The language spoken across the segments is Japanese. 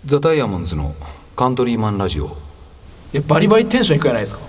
ザ・ダイヤモンズのカントリーマンラジオ。 いやバリバリテンションいくじゃないですか。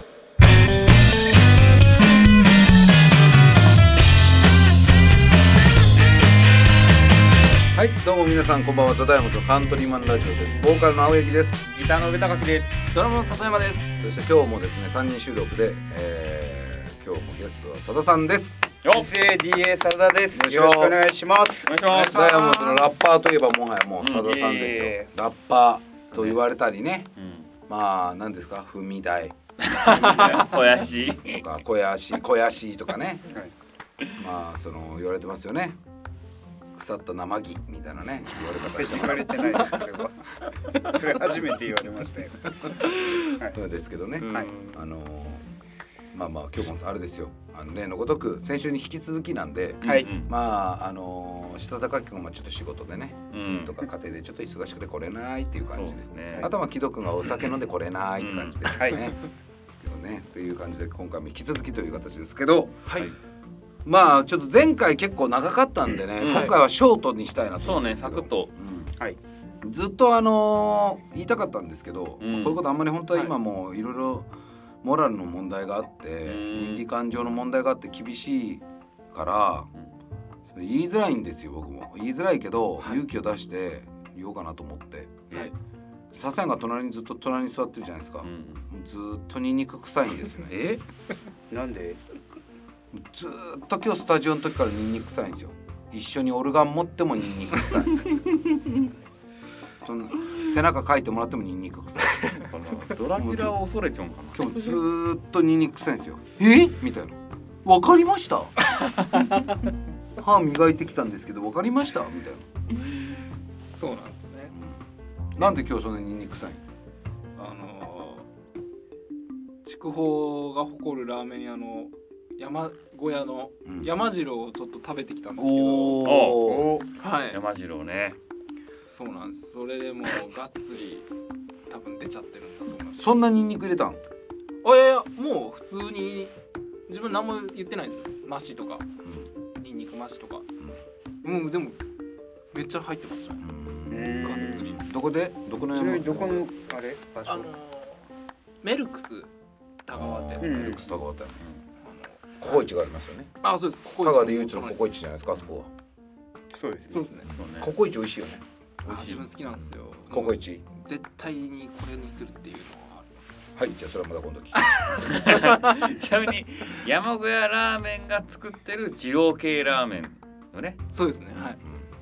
はい、どうも皆さんこんばんは。ザ・ダイヤモンズのカントリーマンラジオです。ボーカルの青柳です。 ギターの上高木です。 ドラムの笹山です。 そして今日もですね3人収録で、今日もゲストは佐田さんです。 SADA サラダです。 よよろしくお願いします。 お願いします。 ダイヤモンドのラッパーといえばもはやもう佐田さんですよ、ラッパーと言われたりね、まあ何ですか、踏み台小やしとか小やしとかね、まあその言われてますよね。腐った生木みたいなね言われ方してます。 言われてないです。これ初めて言われましたよ。 そうですけどね、 はい、 まあ今日もあれですよ、例のごとく先週に引き続きなんで、 はい、 まあしたたかき君もちょっと仕事でね、とか家庭でちょっと忙しくて来れないっていう感じ ですね。あとは木戸君がお酒飲んで来れないって感じですね。けどね、そういう感じで今回も引き続きという形ですけど、 はい。 まあちょっと前回結構長かったんでね、今回はショートにしたいなと思うんですけど、 そうね、サクッと、 はい、ずっと言いたかったんですけど、こういうことあんまり本当は今もいろいろモラルの問題があって、倫理観上の問題があって厳しいから、それ言いづらいんですよ。僕も言いづらいけど、勇気を出して言おうかなと思って、笹谷がずっと隣に座ってるじゃないですか、ずっとニンニク臭いんですよね。 なんで？ ずっと今日スタジオの時からニンニク臭いんですよ。一緒にオルガン持ってもニンニク臭いその背中書いてもらってもニンニク臭いドラキュラを恐れちゃうんかな。 今日ずっとニンニク臭いんですよ。みたいな。わかりました歯磨いてきたんですけどわかりましたみたいな。 そうなんですよね。 なんで今日そんなニンニク臭い？ 筑豊が誇るラーメン屋の山小屋の山次郎をちょっと食べてきたんですけど、はい、 山次郎ね。 そうなんです。それでもうがっつり多分出ちゃってるんだと思います。 そんなニンニク入れたん？ いやもう普通に自分何も言ってないですよ。マシとか、ニンニクマシとか、もうでもめっちゃ入ってますよ。がっつり。 どこの山？ どこのあれ？場所？ メルクス田川店。 メルクス田川店。ココイチがありますよね。 そうです。 香川で唯一のココイチじゃないですか、あそこは。 そうですね。 ココイチ美味しいよね。 自分好きなんですよ。 ココイチ。 絶対にこれにするっていうのはあります。 はい、じゃあそれはまた今度ちなみに山小屋ラーメンが作ってる二郎系ラーメンのね。 そうですね。はい。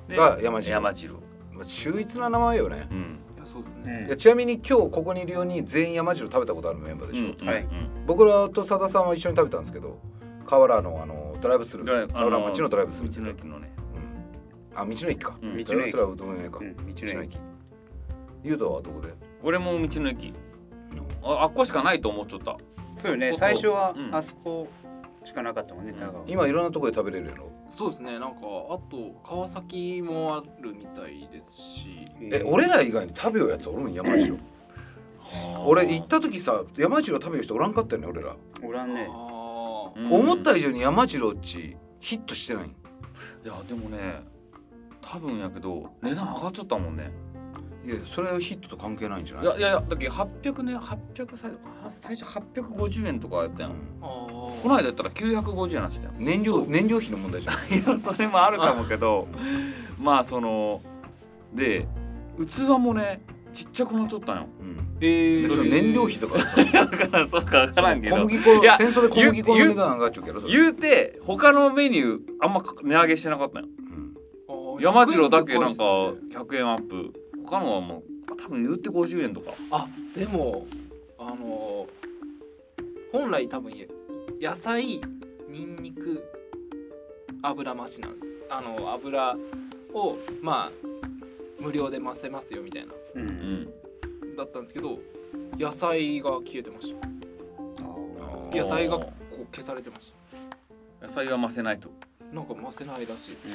が山次郎。秀逸な名前よね。 いやそうですね。 いやちなみに今日ここにいるように全員山次郎食べたことあるメンバーでしょ。 はい。 僕らと佐田さんは一緒に食べたんですけど、河原のドライブスルー、河原町のドライブスルー。 道の駅のね。 道の駅か。 道の駅。 ドライブスルーはうどん屋か。道の駅。ゆうとはどこで？ 俺も道の駅。あっこしかないと思っちゃった。 そうよね。最初はあそこしかなかったもんね。 今いろんなところで食べれるやろ。 そうですね。なんかあと川崎もあるみたいですし。 俺ら以外に食べようやつおるん？山次郎。俺行った時さ、山次郎食べる人おらんかったよね、俺ら。 おらんね。 思った以上に山次郎っちヒットしてない。 いやでもね、多分やけど値段上がっちゃったもんね。 いやそれはヒットと関係ないんじゃない？ いやだけど800ね、最初850円とかやったやん。この間やったら950円なってたやん。 燃料費の問題じゃない？ いやそれもあるかもけどまあそので器もねちっちゃくなっちゃったんよ。 その燃料費とかだからそうか分からんけど、 戦争で小麦粉の値段上がっちゃうけど、 言うて他のメニューあんま値上げしてなかったんよ。山次郎だけなんか100円アップ、他のはもう多分言うて50円とか。 でも本来多分野菜、ニンニク、油増し油をまあ無料で増せますよみたいな、だったんですけど、野菜が消えてました。野菜がこう消されてました。 野菜は増せないと。 なんか増せないらしいです。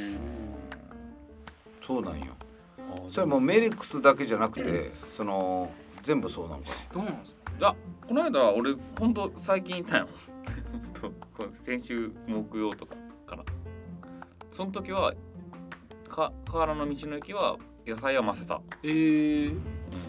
そうなんよ。それもメリックスだけじゃなくて、その全部そうなんか。 どうなんですか？ この間俺ほんと最近いたよ先週木曜とかからその時は河原の道の駅は野菜は増せた。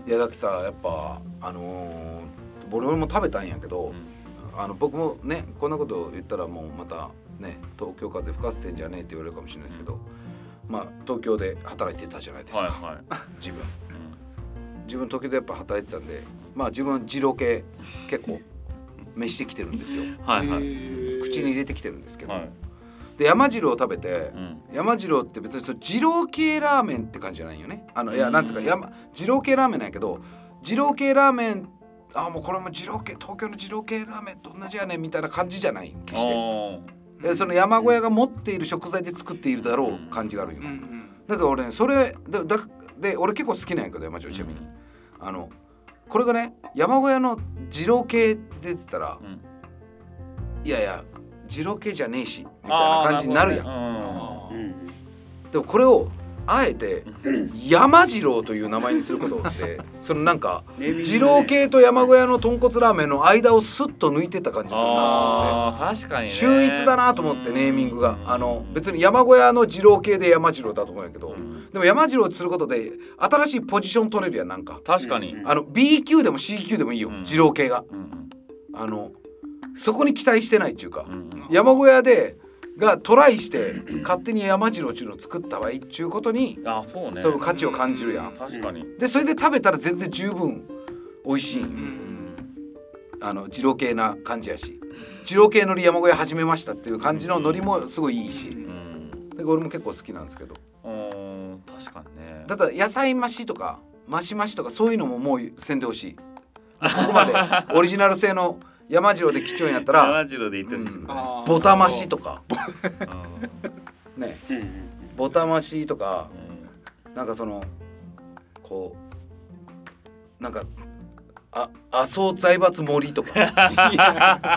いやだってさやっぱ俺も食べたんやけど、僕もねこんなこと言ったらもうまたね東京風吹かせてんじゃねえって言われるかもしれないですけど、まあ東京で働いてたじゃないですか、 はいはい、 自分東京でやっぱ働いてたんで、まあ自分二郎系結構召してきてるんですよはいはい、 口に入れてきてるんですけど、 はい、 で山次郎を食べて、山次郎って別にその二郎系ラーメンって感じじゃないよね。いやなんつうか二郎系ラーメンなんやけど、二郎系ラーメンもうこれも二郎系東京の二郎系ラーメンと同じやねんみたいな感じじゃない決してその山小屋が持っている食材で作っているだろう感じがあるよ、だから俺ねそれで俺結構好きなんやけど山次郎ちなみに、これがね山小屋の二郎系って出てたら、いやいや二郎系じゃねえしみたいな感じになるやん、でもこれをあえて山次郎という名前にすることでそのなんか二郎系と山小屋の豚骨ラーメンの間をスッと抜いてた感じするなと思って、 確かにね、 秀逸だなと思ってネーミングが別に山小屋の二郎系で山次郎だと思うんやけど、でも山次郎することで新しいポジション取れるやん。なんか確かに B 級でも C 級でもいいよ、二郎系が、そこに期待してないっていうか、山小屋がトライして勝手に山次郎っていうのを作ったわいっちゅうことにそうね、 そういう価値を感じるやん。 確かに。 でそれで食べたら全然十分美味しい、二郎系な感じやし、二郎系のり山小屋始めましたっていう感じのノリもすごいいいし、で俺も結構好きなんですけど、 確かにね。 だから野菜増しとか増し増しとかそういうのももうせんでほしい。ここまでオリジナル製の山次郎で貴重やったら山次郎で言ってる、 ボタ増しとかね、ボタ増しとか、なんかそのこうなんか麻生財閥森とかもう担当は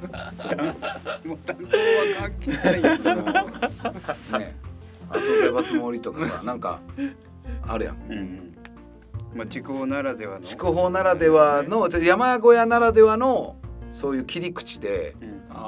関係ないそのね麻生財閥森とかさなんかあるやん、 まあ、筑豊ならではの筑豊ならではの山小屋ならではのそういう切り口で、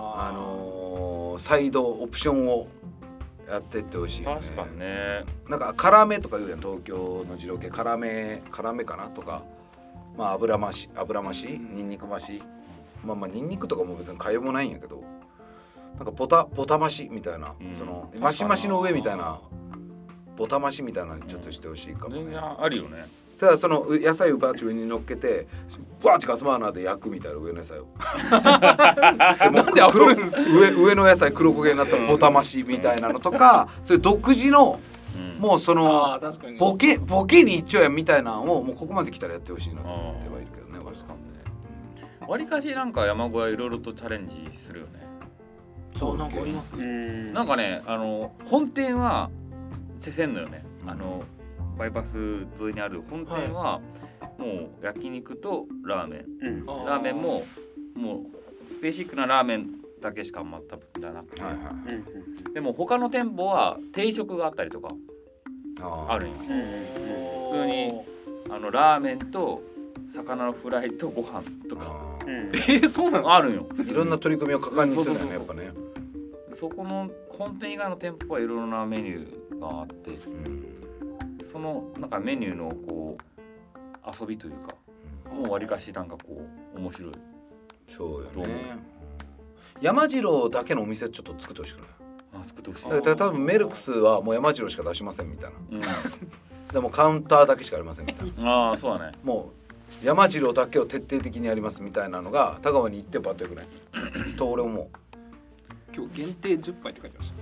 サイドオプションをやってってほしいよね。 確かにね。 なんか辛めとか言うやん東京の二郎系、辛めかなとか、まあ油増しニンニク増し、まあニンニクとかも別にかよもないんやけど、なんかボタ増しみたいな、そのマシマシの上みたいなボタ増しみたいなのにちょっとしてほしいかもね。 全然あるよね。 さあその野菜をバーチ上に乗っけてバーチガスバーナーで焼くみたいな上の野菜をなんで炙るんですか。 上の野菜黒焦げになったらボタ増しみたいなのとか、そういう独自のもうそのボケに一丁やんみたいなのをもうここまで来たらやってほしいなと思ってはいるけどね。 確かにね。わりかしなんか山小屋いろいろとチャレンジするよね。 そうなんかあります。 なんかね本店はせんのよね。バイパス沿いにある本店はもう焼肉とラーメン、ラーメンももうベーシックなラーメンだけしか全くなくて、でも他の店舗は定食があったりとかあるんよ。普通にラーメンと魚のフライとご飯とかそうなのあるんよ。 いろんな取り組みを果敢にするよねやっぱね。 そこの本店以外の店舗はいろいろなメニューがあって、そのなんかメニューのこう遊びというか、もうわりかしなんかこう面白い。 そうよね。山次郎だけのお店ちょっと作ってほしくない？ 作ってほしい。 だから多分メルクスはもう山次郎しか出しませんみたいな。でもカウンターだけしかありませんみたいな。そうだね。 もう山次郎だけを徹底的にやりますみたいなのが田川に行ってばっとよくないと俺思う。 今日限定10杯って書いてました。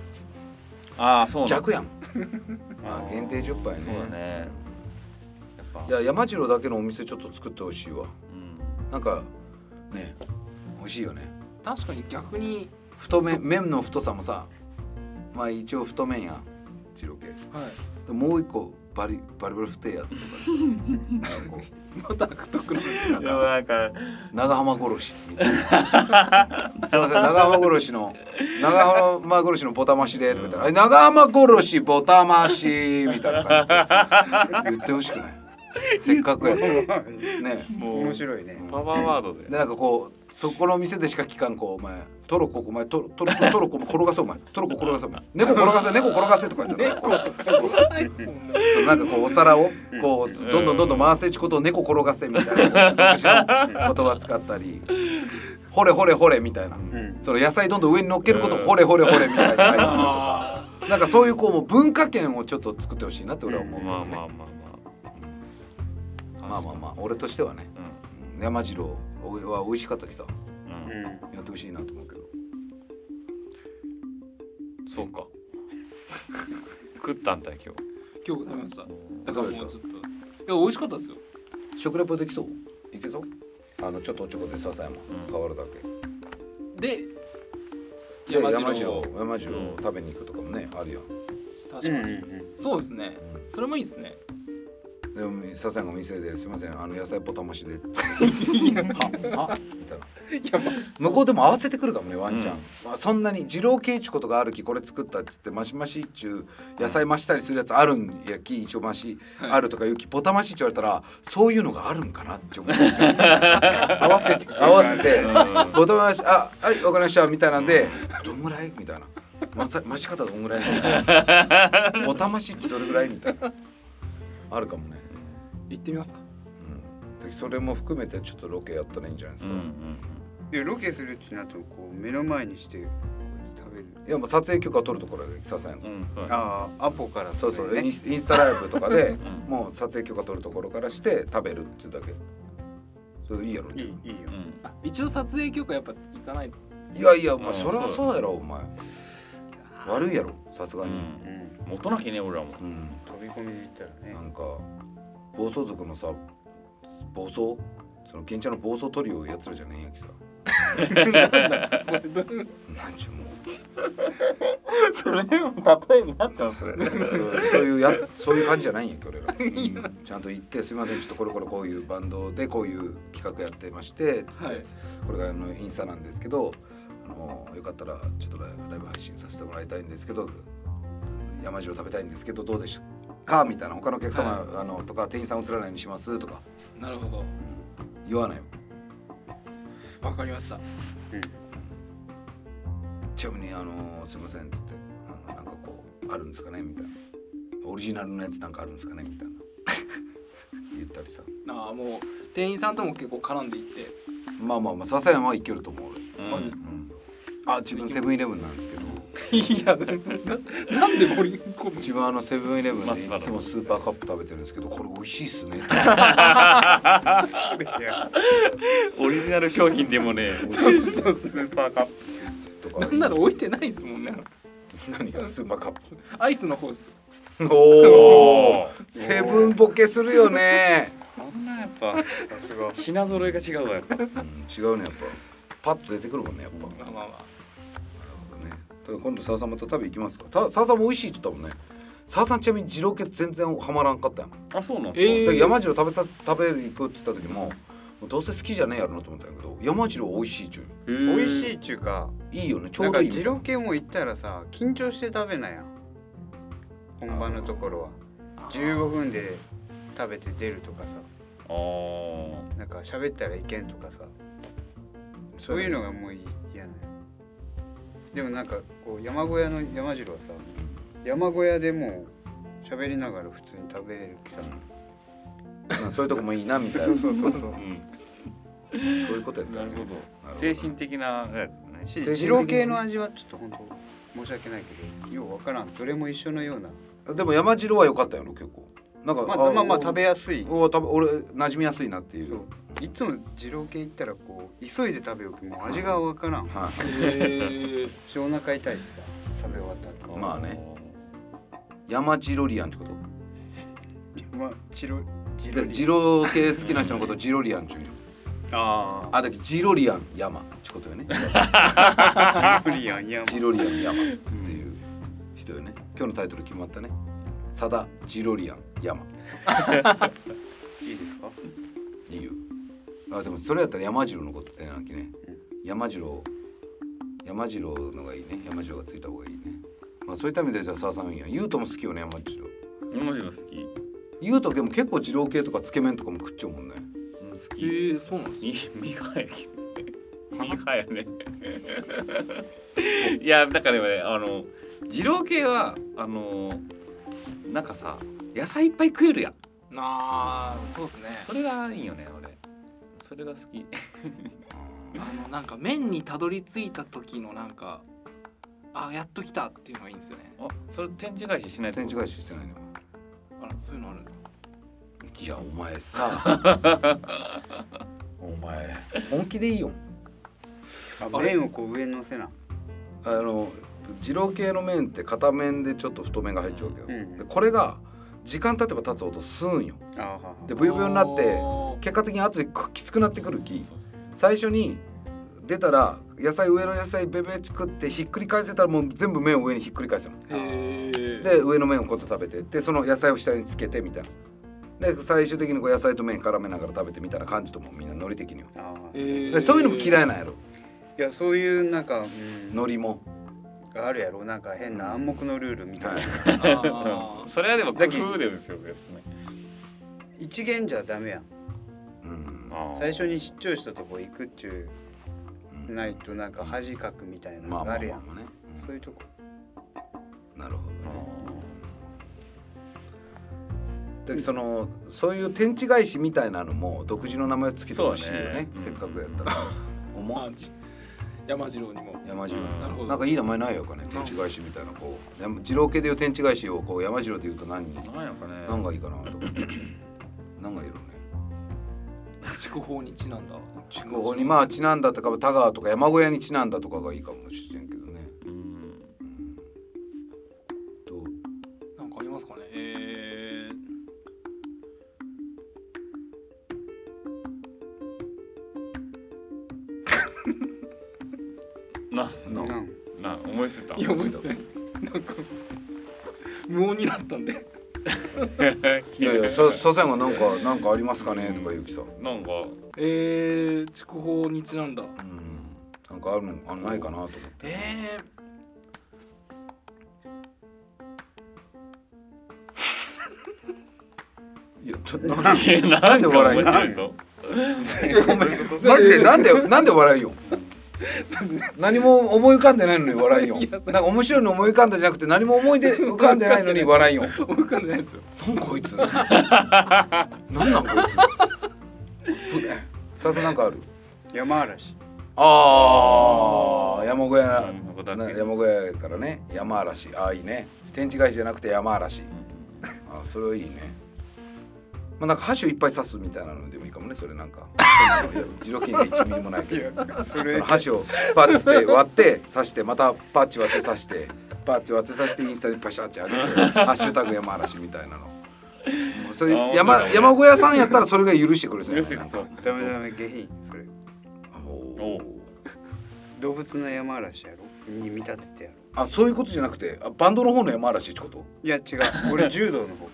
そう逆やん。限定10杯ね。 そうだね。 いや山次郎だけのお店ちょっと作ってほしいわ。なんかね美味しいよね。 確かに逆に太麺の太さもさ、まあ一応太麺や二郎系。でもう一個バリ太いやつとかまた独特のでもなんか長浜殺しみたいなすいません長浜殺しのボタ増しでとか言ったら長浜殺しボタ増しみたいな感じで言ってほしくない？ せっかくやってねもう面白いね。 パワーワードでなんかこうそこの店でしか聞かんこうお前トロコお前トロコ転がせお前トロコ転がせお前猫転がせ猫転がせとか言って猫とかそうなんかこうお皿をこうどんどん回せちことを猫転がせみたいな独自の言葉使ったりほれほれほれみたいな、その野菜どんどん上に乗っけることをほれほれほれみたいな書いてあるとかなんかそういうこうもう文化圏をちょっと作ってほしいなって俺は思う、 まあ俺としてはね、山次郎は美味しかったきさ、やってほしいなと思うけど。 そうか食ったんだよ今日食べました。だからもうちょっといや美味しかったですよ。 食レポできそう？いけそう？ちょっとおちょこで笹山変わるだけ。 で山次郎食べに行くとかもねあるよ。 確かに、そうですね、それもいいですね。 でも笹山の店ですいません野菜ポタマシでみたいな向こうでも合わせてくるかもねワンちゃん、そんなに二郎系っちゅうことがあるきこれ作ったっつってマシマシっちゅう野菜増したりするやつあるんやき一応マシあるとか言うきポタマシっち言われたらそういうのがあるんかなって思う合わせてポタマシはいわかりましたみたいなんでどんぐらいみたいな増し方どんぐらいみたいなポタマシっちどれぐらいみたいなあるかもね。 行ってみますか。 それも含めてちょっとロケやったらいいんじゃないですか。 でロケするってなるとこう目の前にして食べる。 いやもう撮影許可を取るところでささやん。 アポから、 そうそうインスタライブとかでもう撮影許可取るところからして食べるっていうだけ。それいいやろ。 いいよ。 一応撮影許可やっぱ行かない。 いやお前それはそうやろお前。悪いやろさすがに。 持たなきゃね俺らも。 飛び込みに行ったらね。 なんか暴走族のさ暴走その現地の暴走取りをやつらじゃねえやきさ。なんちゅうもう。 それ例えになっちゃうそれ。 そういう感じじゃないんやけど俺ら。ちゃんと行ってすみませんちょっとこういうバンドでこういう企画やってましてつって、これがインスタなんですけどよかったらちょっとライブ配信させてもらいたいんですけど山城食べたいんですけどどうでしょうかみたいな他のお客様、とか店員さん映らないようにしますとか。 なるほど。 言わないよ。 わかりました。 ちなみにすいませんっつってなんかこうあるんですかねみたいなオリジナルのやつなんかあるんですかねみたいな言ったりさ。 もう店員さんとも結構絡んでいって。 まあ笹山はいけると思う俺。 マジですか。自分セブンイレブンなんですけど。 いやなんで盛り込む。 自分セブンイレブンでいつもスーパーカップ食べてるんですけどこれ美味しいっすね。 オリジナル商品でもね。 そうスーパーカップとか。なんなら置いてないですもんね。 何がスーパーカップ。 アイスの方です。 おセブンボケするよね。 そんなやっぱ品揃えが違うわやっぱ。 違うねやっぱ。パッと出てくるもんねやっぱ。 まあ。 今度澤さんまた食べ行きますか。澤さんも美味しいって言ったもんね。澤さんちなみに二郎系全然ハマらんかったやん。 あそうなんですか。山次郎食べる行くって言った時もどうせ好きじゃねえやろなと思ったんやけど山次郎美味しいっちゅう。 美味しいっちゅうかいいよねちょうどいい。 二郎系も行ったらさ緊張して食べなやん。本番のところは15分で食べて出るとかさ。なんか喋ったらいけんとかさ。そういうのがもう嫌なの。でもなんかこう山小屋の山次郎はさ山小屋でもう喋りながら普通に食べれるきさ、 そういうとこもいいなみたいな。そういうことやった。 なるほど。精神的な二郎系の味はちょっと本当申し訳ないけどようわからんどれも一緒のような。 でも山次郎は良かったよ結構。なんかまあ食べやすい。 俺馴染みやすいなっていう。 いつも二郎系行ったらこう急いで食べよくも味がわからん。お腹痛いしさ食べ終わったら。 まあね。山ジロリアンってこと？ ジロ系好きな人のことジロリアンっていう。だけどジロリアン山ってことよね。ジロリアン山っていう人よね。今日のタイトル決まったね。サダジロリアン山。 いいですか？ いいよ。でもそれやったら山次郎のことってなんきね。山次郎のがいいね。山次郎がついた方がいいね。そういった意味でじゃあ澤さんいいやん。ゆうとも好きよね山次郎。 山次郎好き。 言うとでも結構二郎系とかつけ麺とかも食っちゃうもんね。 好き。 そうなんですミカやねいやだからね二郎系はなんかさ野菜いっぱい食えるやん。 そうですね。 それがいいよね俺。それが好きなんか麺にたどり着いた時のなんかやっと来たっていうのがいいんですよね。 それ天地返ししないと。 天地返ししてないの。 そういうのあるんですか。 いやお前さお前本気でいいよ。 麺をこう上に乗せな。 二郎系の麺って片面でちょっと太麺が入っちゃうわけよ、でこれが時間経てば経つほど吸うんよ。でブヨブヨになって結果的に後できつくなってくるき、最初に出たら上の野菜ベベチ食ってひっくり返せたらもう全部麺を上にひっくり返すの。で上の麺をこうやって食べて、でその野菜を下につけてみたいな。で最終的にこう野菜と麺絡めながら食べてみたいな感じともみんなノリ的には。でそういうのも嫌いなんやろ。 いやそういうなんか、 ノリもあるやろ。なんか変な暗黙のルールみたいな。それはでも工夫ですよね。 一元じゃダメやん。最初に出張したとこ行くっちゅうないとなんか恥かくみたいなのがあるやん。そういうとこ。 なるほどね。でそういう天地返しみたいなのも独自の名前をつけてほしいよね。せっかくやったら。 山次郎にも。 山次郎。なんかいい名前ないよかね。天地返しみたいなこう二郎系でいう天地返しをこう山次郎で言うと何がいいかなと思って。何がいいのね。 筑豊にちなんだ。 筑豊にまあちなんだとか田川とか山小屋にちなんだとかがいいかもしれんけどね。どう？ なんかありますかね。 思いついた。 いや思いついたです。なんか無音になったんで。 いやいやささやがなんかありますかねとか言うきさ。 なんか筑豊にちなんだ。 なんかあるのないかなと思って。いやちょっとなんで笑いの？ごめんマジでなんで笑いよ。何も思い浮かんでないのに笑いよ。なんか面白いの思い浮かんだじゃなくて何も浮かんでないのに笑いよ。 思い浮かんでないですよ。 なんこいつ。なんこいつ。さすなんかある。 山嵐。 山小屋からね山嵐。いいね。天地返しじゃなくて山嵐。それはいいね。まあなんか箸をいっぱい刺すみたいなのでもいいかもね。それなんかジロキンが1ミリもないけどその箸をパッチで割って刺してまたパッチ割って刺してパッチ割って刺してインスタにパシャッチ上げてハッシュタグ山嵐みたいなの。それ山小屋さんやったらそれが許してくれそうやね。 ダメ下品それ。動物の山嵐やろに見立ててやろ。 そういうことじゃなくてバンドの方の山嵐ってこと？ いや違う俺柔道の方。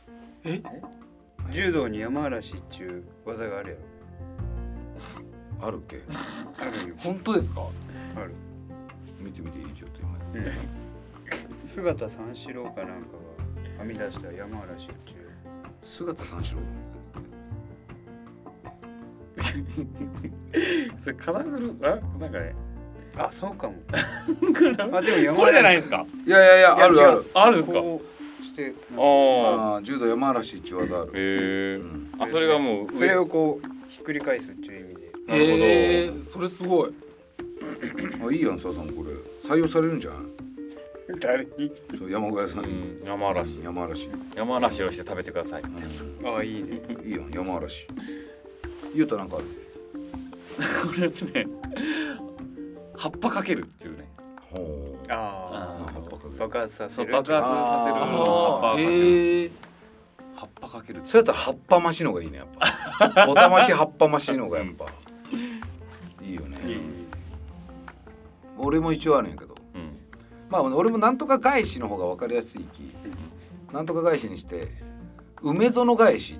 柔道に山嵐っちゅう技があるやろ。あるっけ？ あるよ。 本当ですか？ ある。 見てみていいちょっと今。 姿三四郎かなんかが編み出した山嵐っちゅう。 姿三四郎。 それ金具るなんかね。 そうかも。 でもこれじゃないですか？ いやある。 あるんですか？ して柔道山嵐っていう技ある。 それがもうそれをこうひっくり返すっていう意味で。 なるほど。それすごい。 いいやんささんこれ採用されるんじゃない？ 誰に？ そう山小屋さんに。 山嵐をして食べてください。 いいね。 いいよ山嵐。言うとなんかある。 これね葉っぱかけるっていうね。 爆発させる。 爆発させる葉っぱかける。 そうやったら葉っぱ増しのがいいねやっぱ。ボタ増し葉っぱ増しのがやっぱいいよね。俺も一応あるんやけど、まあ俺もなんとか返しの方が分かりやすいき、なんとか返しにして梅園返し。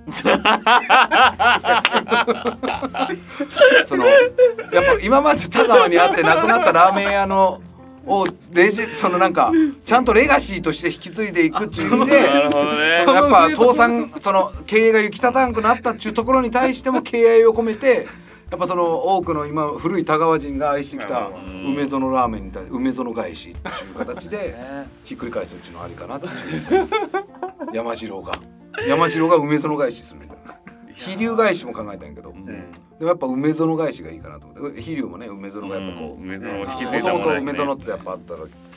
そのやっぱ今まで田川にあってなくなったラーメン屋のをそのなんかちゃんとレガシーとして引き継いでいくっていう意味でなるほどね。 やっぱ倒産その経営が行きたたんくなったっていうところに対しても敬愛を込めてやっぱその多くの今古い田川人が愛してきた梅園ラーメンに対して梅園返しっていう形でひっくり返すっていうのありかなっていう山次郎が梅園返しするみたいな飛龍返しも考えたんやけど、でもやっぱ梅園返しがいいかなと思って飛龍もね梅園がやっぱこう梅園を引き継いだもともとものだね梅園ってやっぱあったら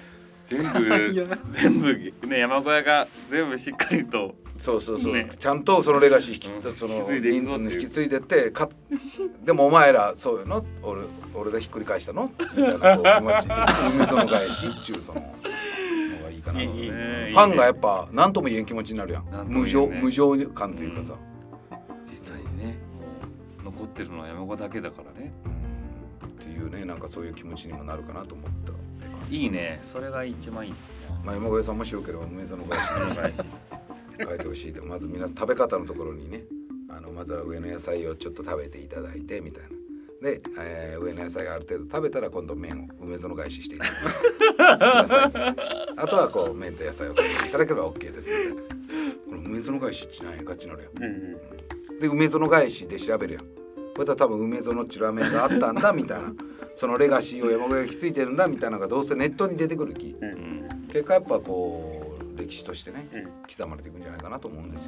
全部ね山小屋が全部しっかりとそう、 ね、 ちゃんとそのレガシー引き継いでってでもお前らそういうの俺がひっくり返したのみたいなこう気持ちで梅園返しっちゅうそののがいいかなと、ファンがやっぱ何とも言えん気持ちになるやん、無情感というかさ、 実際にねもう残ってるのは山小だけだからね、 っていうねなんかそういう気持ちにもなるかなと思ったいいねそれが一番いい。 山小屋さんもしよければ梅園返し書いてほしいでまず皆さん食べ方のところにねまずは上の野菜をちょっと食べていただいてみたいなで、上の野菜がある程度食べたら今度麺を梅園返ししていただいてあとはこう麺と野菜を食べていただければ OK ですみたいなこの梅園返しって何やガチなのよ、で梅園返しで調べるやんこれは多分梅園っちゅうラーメンがあったんだみたいなそのレガシーを山小屋が引き継いでるんだみたいなのがどうせネットに出てくる気、結果やっぱこう歴史としてね、刻まれていくんじゃないかなと思うんですよ、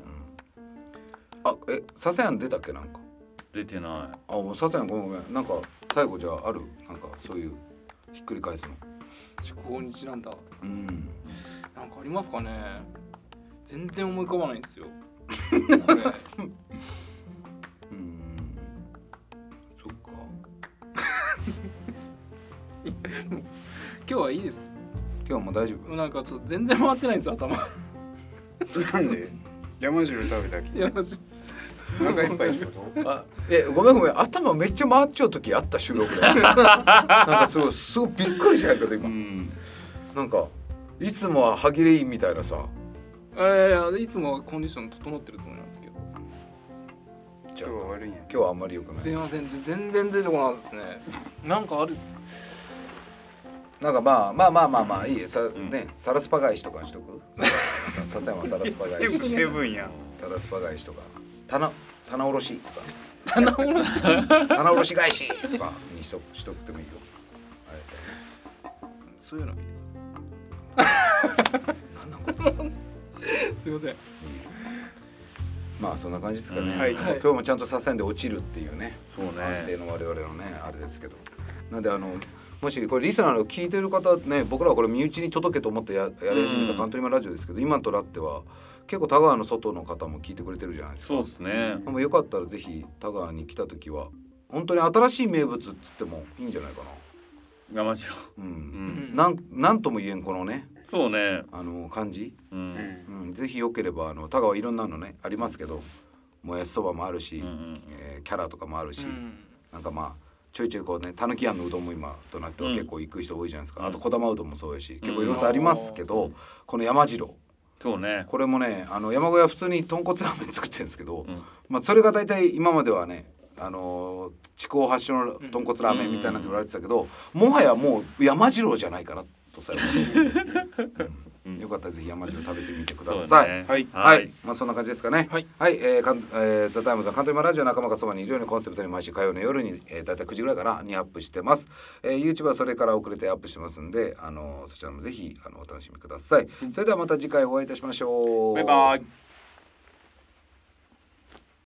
笹谷出たっけなんか出てない。 もう笹谷ごめんなんか最後じゃあるなんかそういうひっくり返すの筑豊日なんだうんなんかありますかね全然思い浮かばないんですよそっか今日はいいです今日はもう大丈夫なんかちょっと全然回ってないんです頭なんで山汁食べたきいやマジお腹いっぱいってことごめん頭めっちゃ回っちゃう時あった収録でなんかすごいびっくりしたけど今、なんかいつもは歯切れいいみたいなさいつもはコンディション整ってるつもりなんですけどじゃあ今日は悪いんや今日はあんまり良くないすいません全然出てこないですねなんかあるなんかまあいいよねサラスパ返しとかにしとく笹山サラスパ返しセブンやサラスパ返しとか棚卸しとか棚卸し返しとかにしとくてもいいよそういうのいいですなんかすいませんまあそんな感じですかね、 はい今日もちゃんと左遷で落ちるっていうねそうね安定の我々のねあれですけどなんでもしこれリスナーの聞いてる方ね僕らはこれ身内に届けと思ってやり始めたカントリーマンラジオですけど今となっては結構田川の外の方も聞いてくれてるじゃないですか。 そうですね。 もうよかったらぜひ田川に来た時は本当に新しい名物っつってもいいんじゃないかな。 我慢しろ。 なんとも言えんこのねそうね感じ、ぜひよければ田川いろんなのねありますけどもやしそばもあるし、キャラとかもあるし、なんかまあちょいちょいこうねたぬき庵のうどんも今となっては結構行く人多いじゃないですか、あと小玉うどんもそうやし結構いろいろとありますけど、この山次郎そうねこれもね山小屋普通に豚骨ラーメン作ってるんですけど、まあそれが大体今まではね筑豊発祥の豚骨ラーメンみたいなって言われてたけど、もはやもう山次郎じゃないかなとさ、よかったらぜひ山次郎食べてみてください、 ね、 はい、まあそんな感じですかね。 はい、 ザ・タイムズは関東今ラジオ仲間がそばにいるようにコンセプトに毎週火曜の夜に、だいたい9時ぐらいからにアップしてます、YouTube はそれから遅れてアップしてますんでそちらもぜひお楽しみください、それではまた次回お会いいたしましょう。 バイバイ。